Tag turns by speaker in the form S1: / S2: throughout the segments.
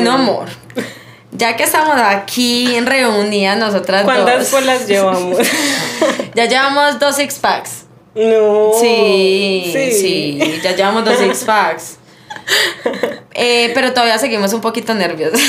S1: Bueno, amor, ya que estamos aquí reunidas nosotras
S2: ¿cuántas
S1: dos.
S2: polas llevamos?
S1: Ya llevamos 2 six packs.
S2: No.
S1: Sí, ya llevamos 2 six packs. Pero todavía seguimos un poquito nerviosas.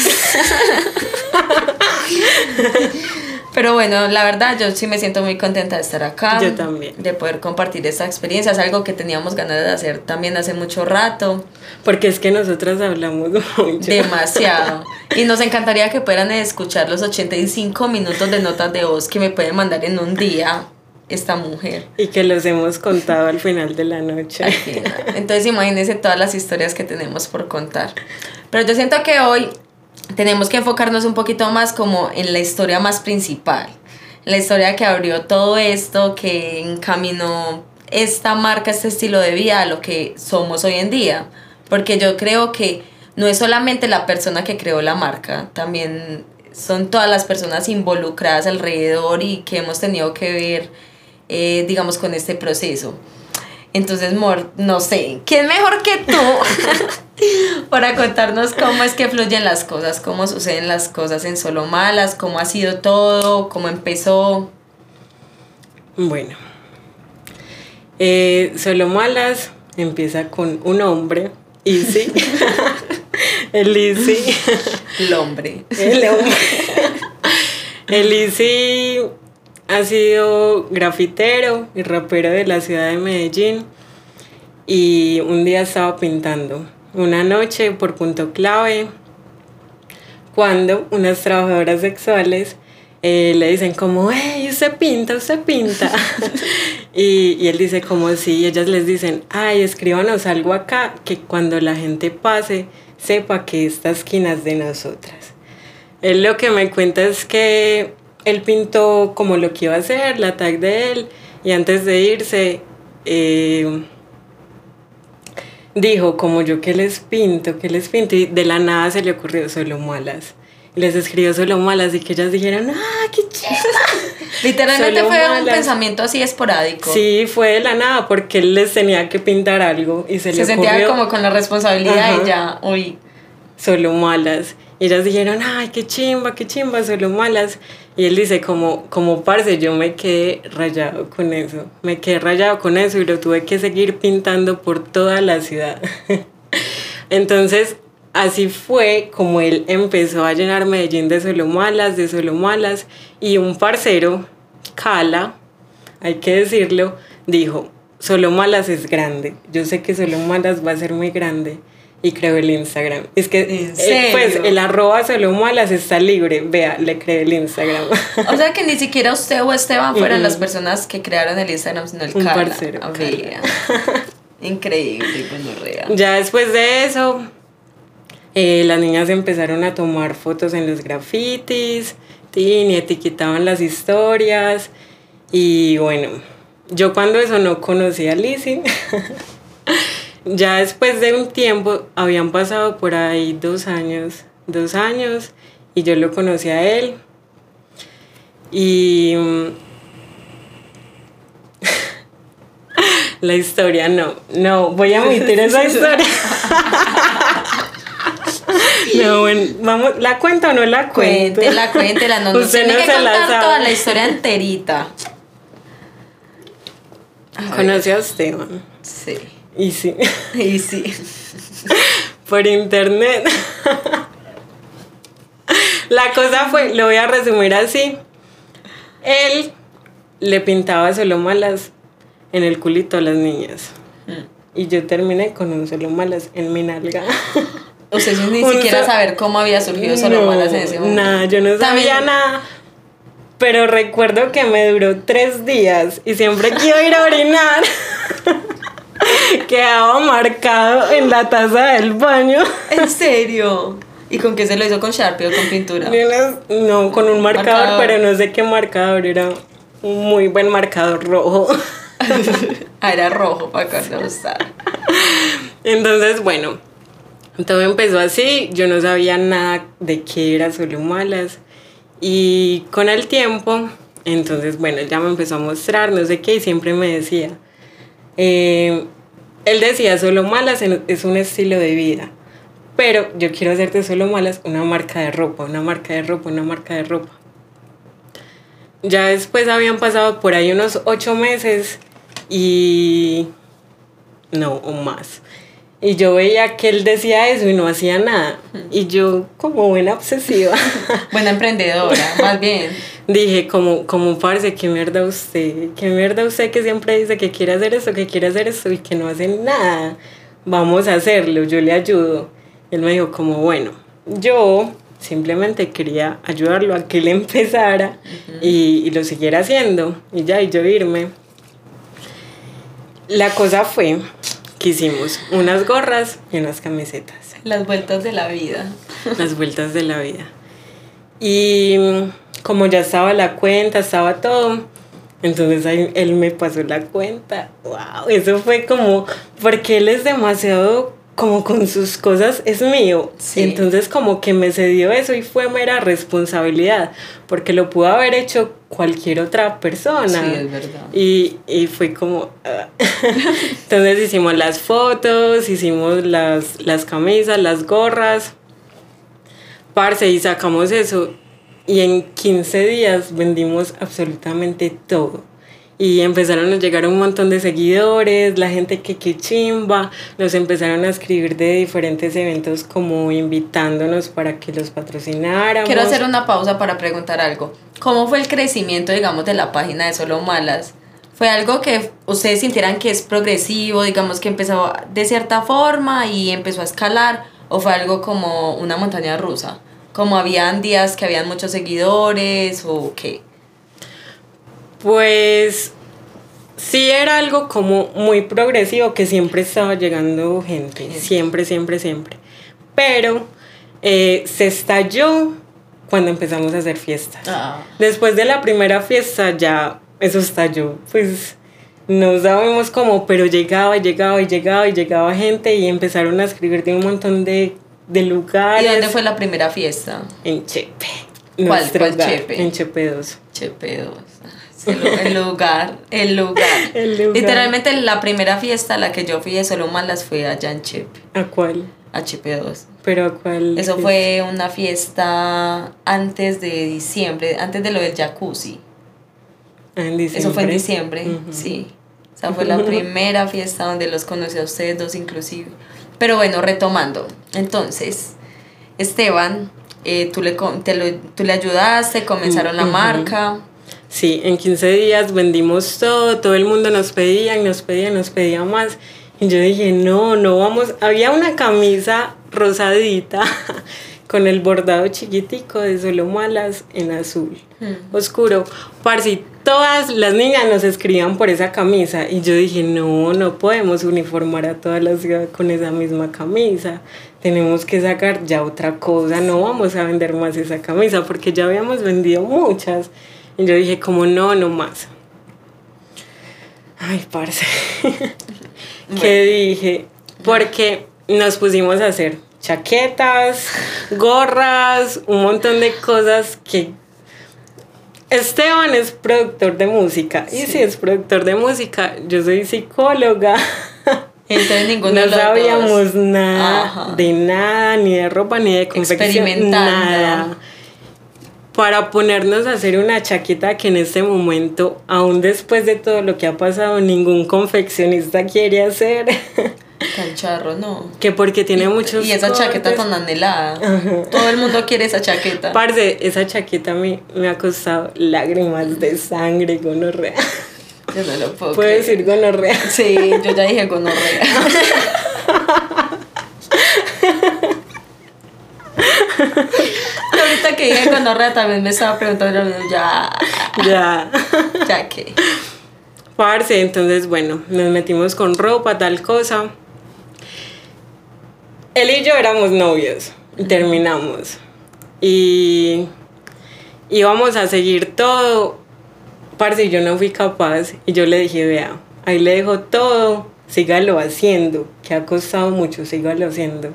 S1: Pero bueno, la verdad yo sí me siento muy contenta de estar acá.
S2: Yo también.
S1: De poder compartir esta experiencia. Es algo que teníamos ganas de hacer también hace mucho rato.
S2: Porque es que nosotras hablamos mucho.
S1: Demasiado. Y nos encantaría que puedan escuchar los 85 minutos de notas de voz que me pueden mandar en un día esta mujer.
S2: Y que los hemos contado al final de la noche.
S1: Al final. Entonces imagínense todas las historias que tenemos por contar. Pero yo siento que hoy tenemos que enfocarnos un poquito más como en la historia más principal. La historia que abrió todo esto, que encaminó esta marca, este estilo de vida a lo que somos hoy en día. Porque yo creo que no es solamente la persona que creó la marca, también son todas las personas involucradas alrededor y que hemos tenido que ver, digamos, con este proceso. Entonces, Mor, no sé, ¿quién mejor que tú para contarnos cómo es que fluyen las cosas, cómo suceden las cosas en Solo Malas, cómo ha sido todo, cómo empezó?
S2: Bueno, Solo Malas empieza con un hombre, Easy. El Easy.
S1: El hombre.
S2: El hombre. El Easy ha sido grafitero y rapero de la ciudad de Medellín. Y un día estaba pintando. Una noche por punto clave, cuando unas trabajadoras sexuales le dicen como, hey, usted pinta. y él dice como sí, y ellas les dicen, ay, escríbanos algo acá, que cuando la gente pase, sepa que esta esquina es de nosotras. Él lo que me cuenta es que él pintó como lo que iba a hacer, la tag de él, y antes de irse, dijo como yo que les pinto, y de la nada se le ocurrió Solo Malas. Y les escribió Solo Malas y que ellas dijeron, qué chido.
S1: Literalmente
S2: Solo
S1: fue
S2: Malas.
S1: un pensamiento así esporádico.
S2: Sí, fue de la nada porque él les tenía que pintar algo y se le ocurrió.
S1: Se sentía como con la responsabilidad. Ajá. Y ya, uy.
S2: Solo Malas. Y ellas dijeron, ay, qué chimba, Solo Malas. Y él dice, como parce, yo me quedé rayado con eso. Y lo tuve que seguir pintando por toda la ciudad. Entonces, así fue como él empezó a llenar Medellín de Solo Malas. Y un parcero, Cala, hay que decirlo, dijo, Solo Malas es grande. Yo sé que Solo Malas va a ser muy grande. Y creó el Instagram. Es que pues el @ Solo Malas está libre. Vea, le creé el Instagram.
S1: O sea que ni siquiera usted o Esteban fueron las personas que crearon el Instagram, sino el
S2: un
S1: Cala.
S2: Parcero.
S1: Increíble, gonorrea.
S2: Ya después de eso, las niñas empezaron a tomar fotos en los grafitis y etiquetaban las historias. Y bueno, yo cuando eso no conocía a Lizzy. Ya después de un tiempo, habían pasado por ahí 2 años, y yo lo conocí a él. Y la historia, no, voy a omitir esa historia. No, bueno, vamos, ¿la cuento o no la cuento?
S1: Cuéntela, no
S2: Usted
S1: tiene
S2: no
S1: que
S2: se la
S1: contar
S2: sabe.
S1: toda la historia enterita.
S2: Conocí a Esteban.
S1: Sí.
S2: Y sí. Por internet. La cosa fue, lo voy a resumir así. Él le pintaba Solo Malas en el culito a las niñas. Y yo terminé con un Solo Malas en mi nalga.
S1: Usted ni siquiera saber cómo había surgido Solo Malas en ese momento.
S2: Nada, yo no sabía nada. Pero recuerdo que me duró 3 días y siempre que iba a ir a orinar quedaba marcado en la taza del baño.
S1: ¿En serio? ¿Y con qué se lo hizo? ¿Con Sharpie o con pintura?
S2: No, con un marcador, pero no sé qué marcador. Era un muy buen marcador rojo.
S1: Era rojo para que no gustara.
S2: Entonces, bueno, todo empezó así. Yo no sabía nada de qué era Solo Malas. Y con el tiempo, entonces, bueno, él ya me empezó a mostrar, no sé qué, y siempre me decía. Él decía, Solo Malas es un estilo de vida. pero yo quiero hacerte Solo Malas una marca de ropa, una marca de ropa, una marca de ropa. Ya después habían pasado por ahí unos 8 meses y... no, o más. Y yo veía que él decía eso y no hacía nada. Y yo, como buena obsesiva.
S1: Buena emprendedora, más bien.
S2: Dije, como parce, qué mierda usted que siempre dice que quiere hacer esto, y que no hace nada. Vamos a hacerlo, yo le ayudo. Él me dijo como, bueno, yo simplemente quería ayudarlo a que él empezara y lo siguiera haciendo. Y ya, y yo irme. La cosa fue que hicimos unas gorras y unas camisetas.
S1: Las vueltas de la vida.
S2: Las vueltas de la vida. Y como ya estaba la cuenta, estaba todo, entonces ahí él me pasó la cuenta. Wow, eso fue como, porque él es demasiado como con sus cosas, es mío. Sí. Entonces como que me cedió eso y fue mera responsabilidad, porque lo pudo haber hecho cualquier otra persona.
S1: Sí, es verdad.
S2: Y fue como... Entonces hicimos las fotos, hicimos las camisas, las gorras, parce, y sacamos eso. Y en 15 días vendimos absolutamente todo. Y empezaron a llegar un montón de seguidores, la gente que chimba, nos empezaron a escribir de diferentes eventos como invitándonos para que los patrocináramos.
S1: Quiero hacer una pausa para preguntar algo. ¿Cómo fue el crecimiento, digamos, de la página de Solo Malas? ¿Fue algo que ustedes sintieran que es progresivo, digamos que empezó de cierta forma y empezó a escalar? ¿O fue algo como una montaña rusa? ¿Como habían días que habían muchos seguidores o qué?
S2: Pues sí era algo como muy progresivo, que siempre estaba llegando gente, siempre. Pero se estalló cuando empezamos a hacer fiestas. Después de la primera fiesta ya eso estalló, pues no sabemos cómo, pero llegaba gente y empezaron a escribir de un montón de lugares.
S1: ¿Y dónde fue la primera fiesta?
S2: En Chepe.
S1: ¿Cuál Chepe?
S2: En Chepe 2.
S1: Chepe 2. El lugar. Literalmente la primera fiesta a la que yo fui de Solo Malas fue allá en Chepe.
S2: ¿A cuál?
S1: A Chepe 2.
S2: ¿Pero a cuál?
S1: Eso fue una fiesta antes de diciembre, antes de lo del jacuzzi.
S2: En diciembre.
S1: Eso fue en diciembre, sí. O sea, fue la primera fiesta donde los conocí a ustedes dos inclusive. Pero bueno, retomando. Entonces, Esteban, tú le ayudaste, comenzaron la marca.
S2: Sí, en 15 días vendimos todo el mundo nos pedía más. Y yo dije, no vamos. Había una camisa rosadita con el bordado chiquitico de Solo Malas en azul oscuro. Parce, todas las niñas nos escribían por esa camisa. Y yo dije, no podemos uniformar a toda la ciudad con esa misma camisa. Tenemos que sacar ya otra cosa. No vamos a vender más esa camisa porque ya habíamos vendido muchas. Y yo dije, como no más. Ay, parce. ¿Qué dije? Porque nos pusimos a hacer chaquetas, gorras, un montón de cosas que... Esteban es productor de música. Sí. Y si es productor de música, yo soy psicóloga.
S1: Entonces ninguno
S2: no
S1: de los
S2: sabíamos nada, de nada, ni de ropa, ni de confección, nada. Para ponernos a hacer una chaqueta que en este momento, aún después de todo lo que ha pasado, ningún confeccionista quiere hacer.
S1: Tan charro, no.
S2: Que porque tiene muchos
S1: y esa cortes. Chaqueta tan anhelada. Todo el mundo quiere esa chaqueta.
S2: Parce, esa chaqueta me ha costado lágrimas de sangre, gonorrea.
S1: Yo no lo puedo
S2: ¿Puedo decir gonorrea?
S1: Sí, yo ya dije gonorrea. Ahorita que dije gonorrea también me estaba preguntando ya que.
S2: Parce, entonces bueno, nos metimos con ropa, tal cosa. Él y yo éramos novios y terminamos. Y íbamos a seguir todo. Parce, yo no fui capaz. Y yo le dije, vea, ahí le dejo todo, sígalo haciendo, que ha costado mucho, sígalo haciendo.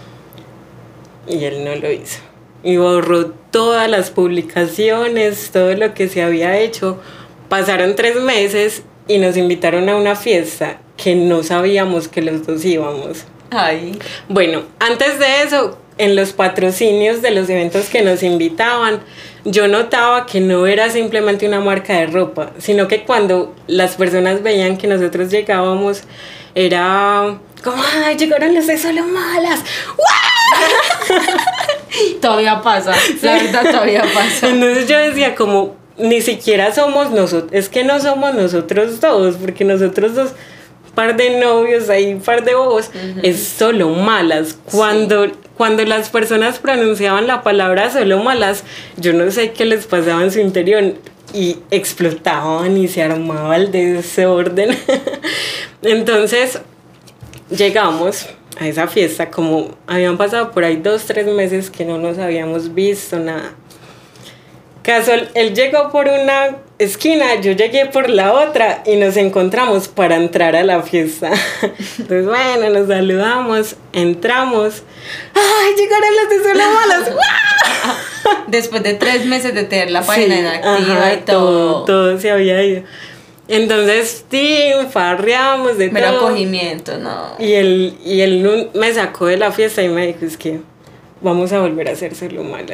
S2: Y él no lo hizo. Y borró todas las publicaciones, todo lo que se había hecho. Pasaron 3 meses y nos invitaron a una fiesta que no sabíamos que los dos íbamos.
S1: Ay.
S2: Bueno, antes de eso, en los patrocinios de los eventos que nos invitaban, yo notaba que no era simplemente una marca de ropa, sino que cuando las personas veían que nosotros llegábamos, era como, ¡ay, llegaron los de Solo Malas! ¡Wow!
S1: Todavía pasa, la verdad todavía pasa.
S2: Entonces yo decía como, ni siquiera somos nosotros, es que no somos nosotros dos, porque nosotros dos, par de novios ahí, par de bobos, es Solo Malas. Cuando las personas pronunciaban la palabra Solo Malas, yo no sé qué les pasaba en su interior y explotaban y se armaba el desorden. Entonces llegamos a esa fiesta, como habían pasado por ahí 2-3 meses que no nos habíamos visto, nada. Casual, él llegó por una esquina, yo llegué por la otra y nos encontramos para entrar a la fiesta. Entonces, bueno, nos saludamos, entramos. ¡Ay, llegaron las de Solo Malas!
S1: Después de 3 meses de tener la página inactiva,
S2: ajá,
S1: y todo.
S2: Todo se había ido. Entonces, sí, farreamos de
S1: Mero
S2: todo.
S1: acogimiento, no.
S2: Y él me sacó de la fiesta y me dijo, es que vamos a volver a hacer Solo Malas.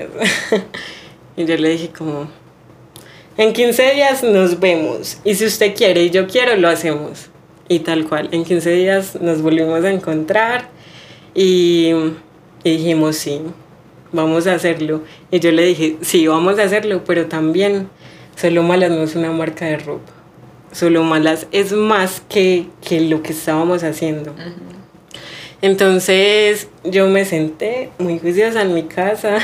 S2: Y yo le dije como, en 15 días nos vemos. Y si usted quiere y yo quiero, lo hacemos. Y tal cual, en 15 días nos volvimos a encontrar y dijimos, sí, vamos a hacerlo. Y yo le dije, sí, vamos a hacerlo, pero también Solo Malas no es una marca de ropa. Solo Malas es más que lo que estábamos haciendo. Entonces yo me senté muy juiciosa en mi casa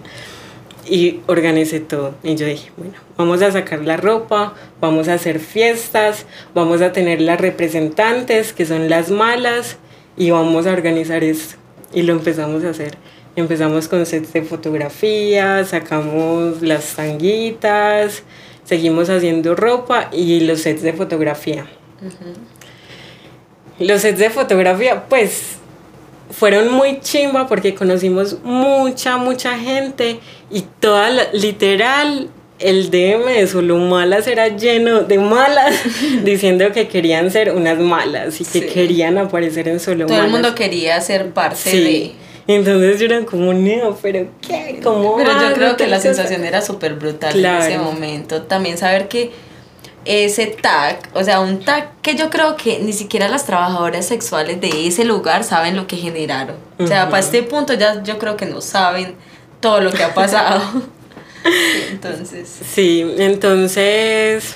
S2: y organicé todo. Y yo dije, bueno, vamos a sacar la ropa, vamos a hacer fiestas, vamos a tener las representantes, que son las malas, y vamos a organizar esto. Y lo empezamos a hacer. Empezamos con sets de fotografía, sacamos las tanguitas, seguimos haciendo ropa y los sets de fotografía. Los sets de fotografía, pues, fueron muy chimba porque conocimos mucha gente y literal, el DM de Solo Malas era lleno de malas diciendo que querían ser unas malas y que querían aparecer en Solo Malas.
S1: Todo el mundo quería ser parte de...
S2: Entonces yo era como, no, pero ¿qué? ¿Cómo?
S1: Pero yo creo que la sensación era súper brutal en ese momento. También saber que ese tag, o sea, un tag que yo creo que ni siquiera las trabajadoras sexuales de ese lugar saben lo que generaron. O sea, para este punto ya yo creo que no saben todo lo que ha pasado. Entonces...
S2: Sí, entonces...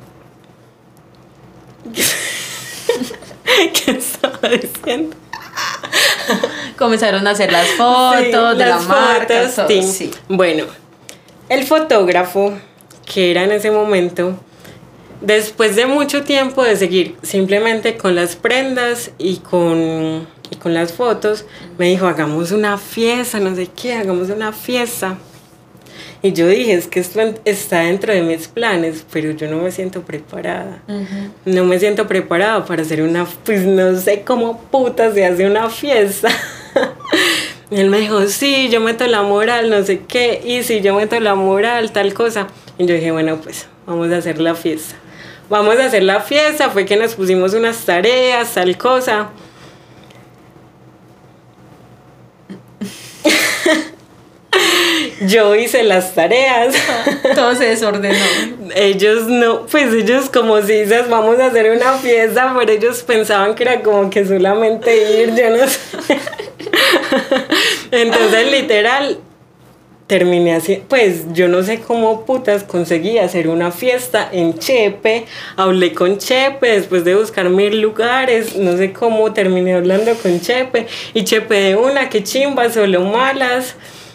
S2: ¿Qué estaba diciendo?
S1: Comenzaron a hacer las fotos de las marcas.
S2: Sí. Bueno, el fotógrafo, que era en ese momento, después de mucho tiempo de seguir simplemente con las prendas y con las fotos, me dijo, hagamos una fiesta, no sé qué, hagamos una fiesta. Y yo dije, es que esto está dentro de mis planes, pero yo no me siento preparada. No me siento preparada para hacer pues no sé cómo puta se hace una fiesta. Y él me dijo, sí, yo meto la moral, no sé qué, y si yo meto la moral, tal cosa. Y yo dije, bueno, pues vamos a hacer la fiesta. Vamos a hacer la fiesta, fue que nos pusimos unas tareas, tal cosa. Yo hice las tareas.
S1: Todo se desordenó.
S2: Ellos no, pues ellos como si dices, vamos a hacer una fiesta, pero ellos pensaban que era como que solamente ir, yo no sé. Entonces literal terminé así, pues yo no sé cómo putas conseguí hacer una fiesta en Chepe. Hablé con Chepe después de buscar 1000 lugares, no sé cómo terminé hablando con Chepe, y Chepe de una, que chimba, Solo Malas.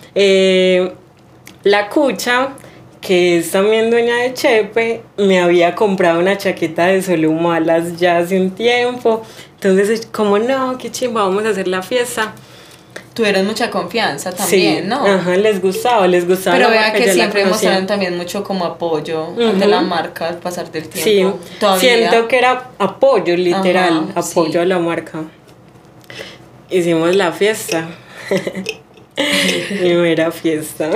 S2: La Cucha, que es también dueña de Chepe, me había comprado una chaqueta de Solo Malas ya hace un tiempo. Entonces, como no, qué chimba, vamos a hacer la fiesta.
S1: Tuvieron mucha confianza también,
S2: sí,
S1: ¿no?
S2: Ajá, les gustaba.
S1: Pero vea que siempre mostraron también mucho como apoyo ante la marca al pasar del tiempo.
S2: Sí,
S1: todavía.
S2: Siento que era apoyo, literal, apoyo a la marca. Hicimos la fiesta. Mera fiesta.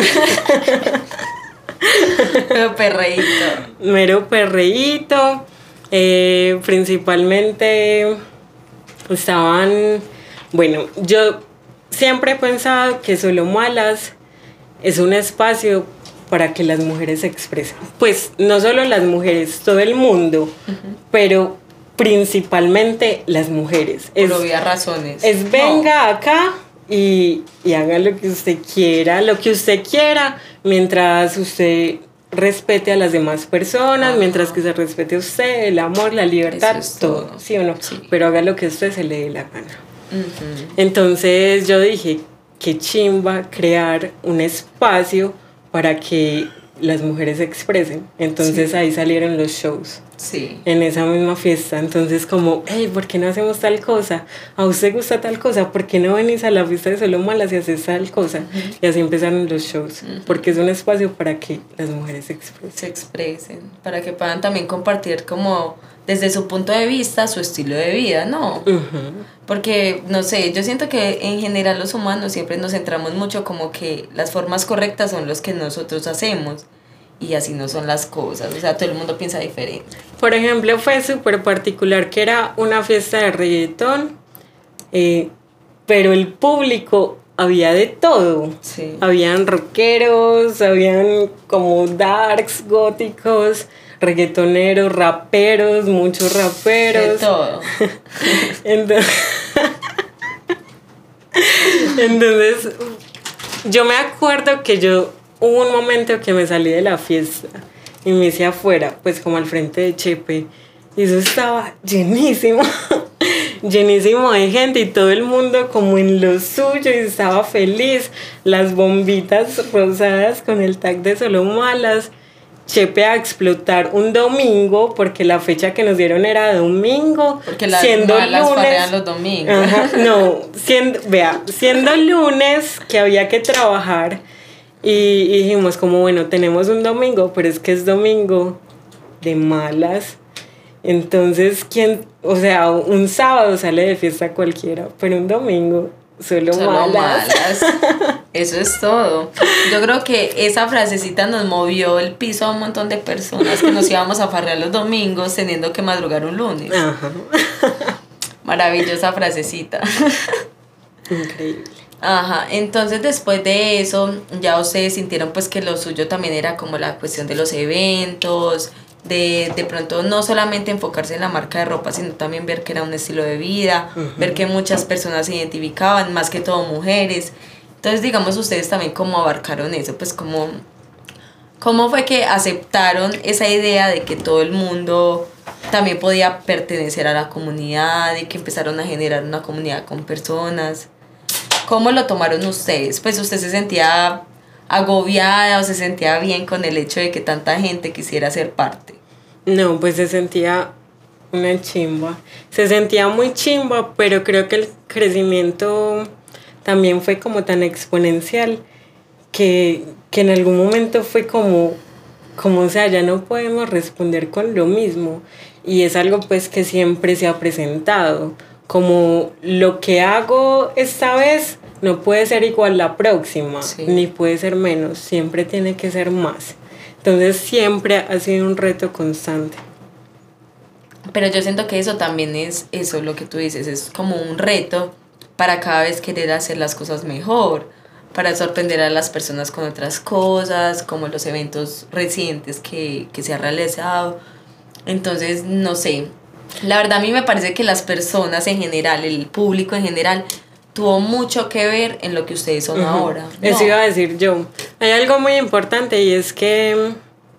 S1: Mero perreíto.
S2: Mero perreíto. Principalmente estaban Bueno, yo siempre he pensado que Solo Malas es un espacio para que las mujeres se expresen. Pues no solo las mujeres, todo el mundo, pero principalmente las mujeres.
S1: Por obvias razones.
S2: Es venga acá y haga lo que usted quiera, mientras usted respete a las demás personas, mientras que se respete a usted, el amor, la libertad,
S1: es
S2: todo, ¿sí o no?
S1: Sí.
S2: Pero haga lo que a usted se le dé la gana. Entonces yo dije, qué chimba crear un espacio para que las mujeres se expresen. Entonces ahí salieron los shows.
S1: Sí.
S2: En esa misma fiesta. Entonces como, hey, ¿por qué no hacemos tal cosa? ¿A usted gusta tal cosa? ¿Por qué no venís a la fiesta de Solo Malas y haces tal cosa? Y así empezaron los shows. Porque es un espacio para que las mujeres se expresen.
S1: Para que puedan también compartir como desde su punto de vista su estilo de vida, ¿no? Porque, no sé, yo siento que en general los humanos siempre nos centramos mucho como que las formas correctas son los que nosotros hacemos. Y así no son las cosas, o sea, todo el mundo piensa diferente.
S2: Por ejemplo, fue súper particular que era una fiesta de reggaetón, pero el público había de todo.
S1: Sí.
S2: Habían rockeros, habían como darks, góticos, reggaetoneros, raperos, muchos raperos.
S1: De todo.
S2: Entonces, yo me acuerdo que hubo un momento que me salí de la fiesta y me hice afuera, pues como al frente de Chepe, y eso estaba llenísimo, llenísimo de gente y todo el mundo como en lo suyo y estaba feliz, las bombitas rosadas con el tag de Solo Malas, Chepe a explotar un domingo, porque la fecha que nos dieron era domingo,
S1: porque las
S2: siendo
S1: malas
S2: lunes,
S1: farrean los domingos.
S2: Ajá, no, siendo lunes que había que trabajar. Y dijimos como, bueno, tenemos un domingo, pero es que es domingo de malas. Entonces, un sábado sale de fiesta cualquiera, pero un domingo solo malas.
S1: Eso es todo. Yo creo que esa frasecita nos movió el piso a un montón de personas que nos íbamos a farrear los domingos teniendo que madrugar un lunes.
S2: Ajá.
S1: Maravillosa frasecita.
S2: Increíble.
S1: Ajá, entonces después de eso ya ustedes sintieron pues que lo suyo también era como la cuestión de los eventos, de pronto no solamente enfocarse en la marca de ropa, sino también ver que era un estilo de vida, ver que muchas personas se identificaban, más que todo mujeres. Entonces digamos ustedes también cómo abarcaron eso, pues cómo fue que aceptaron esa idea de que todo el mundo también podía pertenecer a la comunidad y que empezaron a generar una comunidad con personas. ¿Cómo lo tomaron ustedes? Pues usted se sentía agobiada o se sentía bien con el hecho de que tanta gente quisiera ser parte.
S2: No, pues se sentía una chimba. Se sentía muy chimba, pero creo que el crecimiento también fue como tan exponencial que en algún momento fue como, o sea, ya no podemos responder con lo mismo. Y es algo pues que siempre se ha presentado. Como lo que hago esta vez no puede ser igual la próxima, sí, ni puede ser menos, siempre tiene que ser más. Entonces siempre ha sido un reto constante.
S1: Pero yo siento que eso también es eso, lo que tú dices, es como un reto para cada vez querer hacer las cosas mejor, para sorprender a las personas con otras cosas, como los eventos recientes que se ha realizado. Entonces, no sé, la verdad a mí me parece que las personas en general, el público en general, tuvo mucho que ver en lo que ustedes son ahora, ¿no?
S2: Eso iba a decir yo. Hay algo muy importante y es que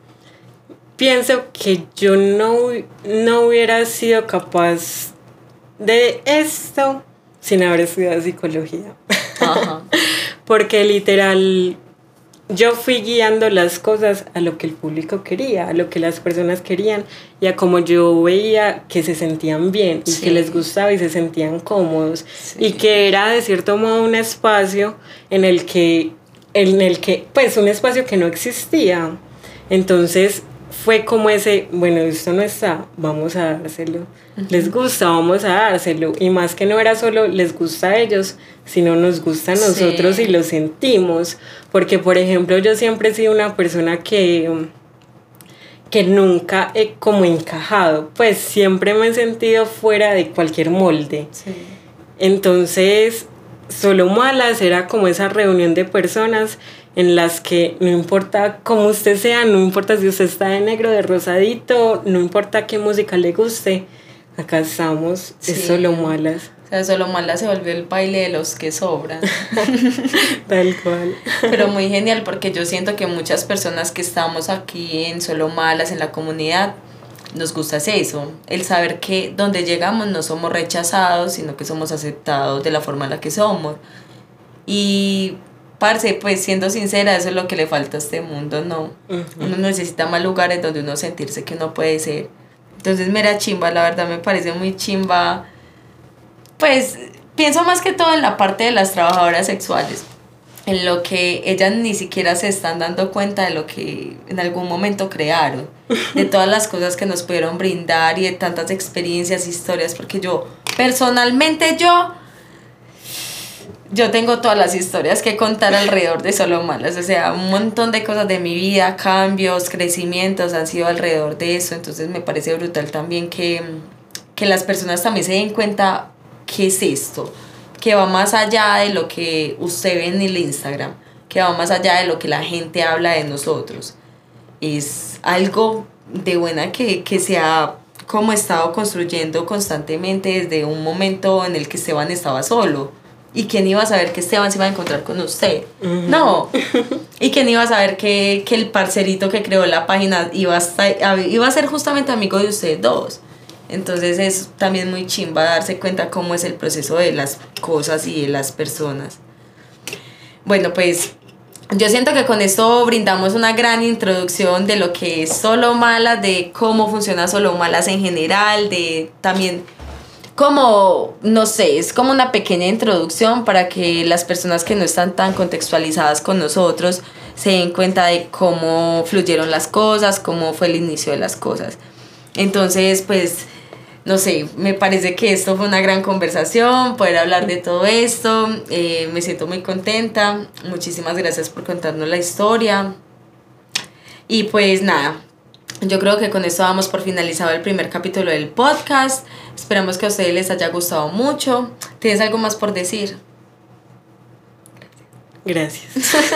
S2: pienso que yo no hubiera sido capaz de esto sin haber estudiado psicología.
S1: Ajá.
S2: Porque literal yo fui guiando las cosas a lo que el público quería, a lo que las personas querían y a como yo veía que se sentían bien y que les gustaba y se sentían cómodos y que era de cierto modo un espacio en el que pues un espacio que no existía. Entonces fue como ese, bueno, esto no está, vamos a dárselo. Les gusta, vamos a dárselo. Y más que no era solo les gusta a ellos, sino nos gusta a nosotros y lo sentimos. Porque, por ejemplo, yo siempre he sido una persona que nunca he como encajado. Pues siempre me he sentido fuera de cualquier molde. Sí. Entonces, Solo Malas era como esa reunión de personas en las que no importa cómo usted sea, no importa si usted está de negro, de rosadito, no importa qué música le guste, acá estamos, sí. Es Solo Malas.
S1: O sea, Solo Malas se volvió el baile de los que sobran.
S2: Tal cual.
S1: Pero muy genial, porque yo siento que muchas personas que estamos aquí en Solo Malas, en la comunidad, nos gusta eso, el saber que donde llegamos no somos rechazados, sino que somos aceptados de la forma en la que somos. Y, parce, pues siendo sincera, eso es lo que le falta a este mundo, ¿no? Uno necesita más lugares donde uno sentirse que uno puede ser. Entonces, mera chimba, la verdad me parece muy chimba. Pues, pienso más que todo en la parte de las trabajadoras sexuales, en lo que ellas ni siquiera se están dando cuenta de lo que en algún momento crearon, de todas las cosas que nos pudieron brindar y de tantas experiencias, historias, porque yo, personalmente yo tengo todas las historias que contar alrededor de Solo Malas, o sea, un montón de cosas de mi vida, cambios, crecimientos han sido alrededor de eso, entonces me parece brutal también que las personas también se den cuenta qué es esto, que va más allá de lo que usted ve en el Instagram, que va más allá de lo que la gente habla de nosotros. Es algo de buena que se ha como estado construyendo constantemente desde un momento en el que Esteban estaba solo. ¿Y quién iba a saber que Esteban se iba a encontrar con usted? No. ¿Y quién iba a saber que el parcerito que creó la página iba a ser justamente amigo de ustedes dos? Entonces es también muy chimba darse cuenta cómo es el proceso de las cosas y de las personas. Bueno, pues yo siento que con esto brindamos una gran introducción de lo que es Solo Malas, de cómo funciona Solo Malas en general, de también como, no sé, es como una pequeña introducción para que las personas que no están tan contextualizadas con nosotros se den cuenta de cómo fluyeron las cosas, cómo fue el inicio de las cosas. Entonces, pues, no sé, me parece que esto fue una gran conversación, poder hablar de todo esto, me siento muy contenta, muchísimas gracias por contarnos la historia, y pues nada, yo creo que con esto damos por finalizado el primer capítulo del podcast, esperamos que a ustedes les haya gustado mucho. ¿Tienes algo más por decir?
S2: Gracias.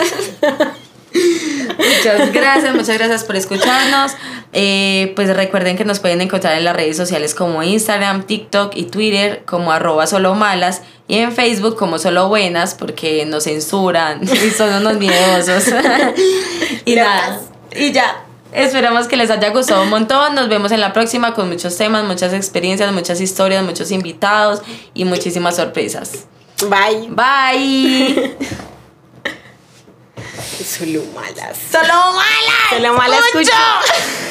S1: Muchas gracias por escucharnos. Pues recuerden que nos pueden encontrar en las redes sociales como Instagram, TikTok y Twitter como @solomalas, y en Facebook como Solo Buenas, porque nos censuran y son unos miedosos. Y nada, y ya. Esperamos que les haya gustado un montón. Nos vemos en la próxima con muchos temas, muchas experiencias, muchas historias, muchos invitados y muchísimas sorpresas.
S2: Bye.
S1: Bye.
S2: Solo Malas.
S1: Solo Malas.
S2: Solo Malas escucho.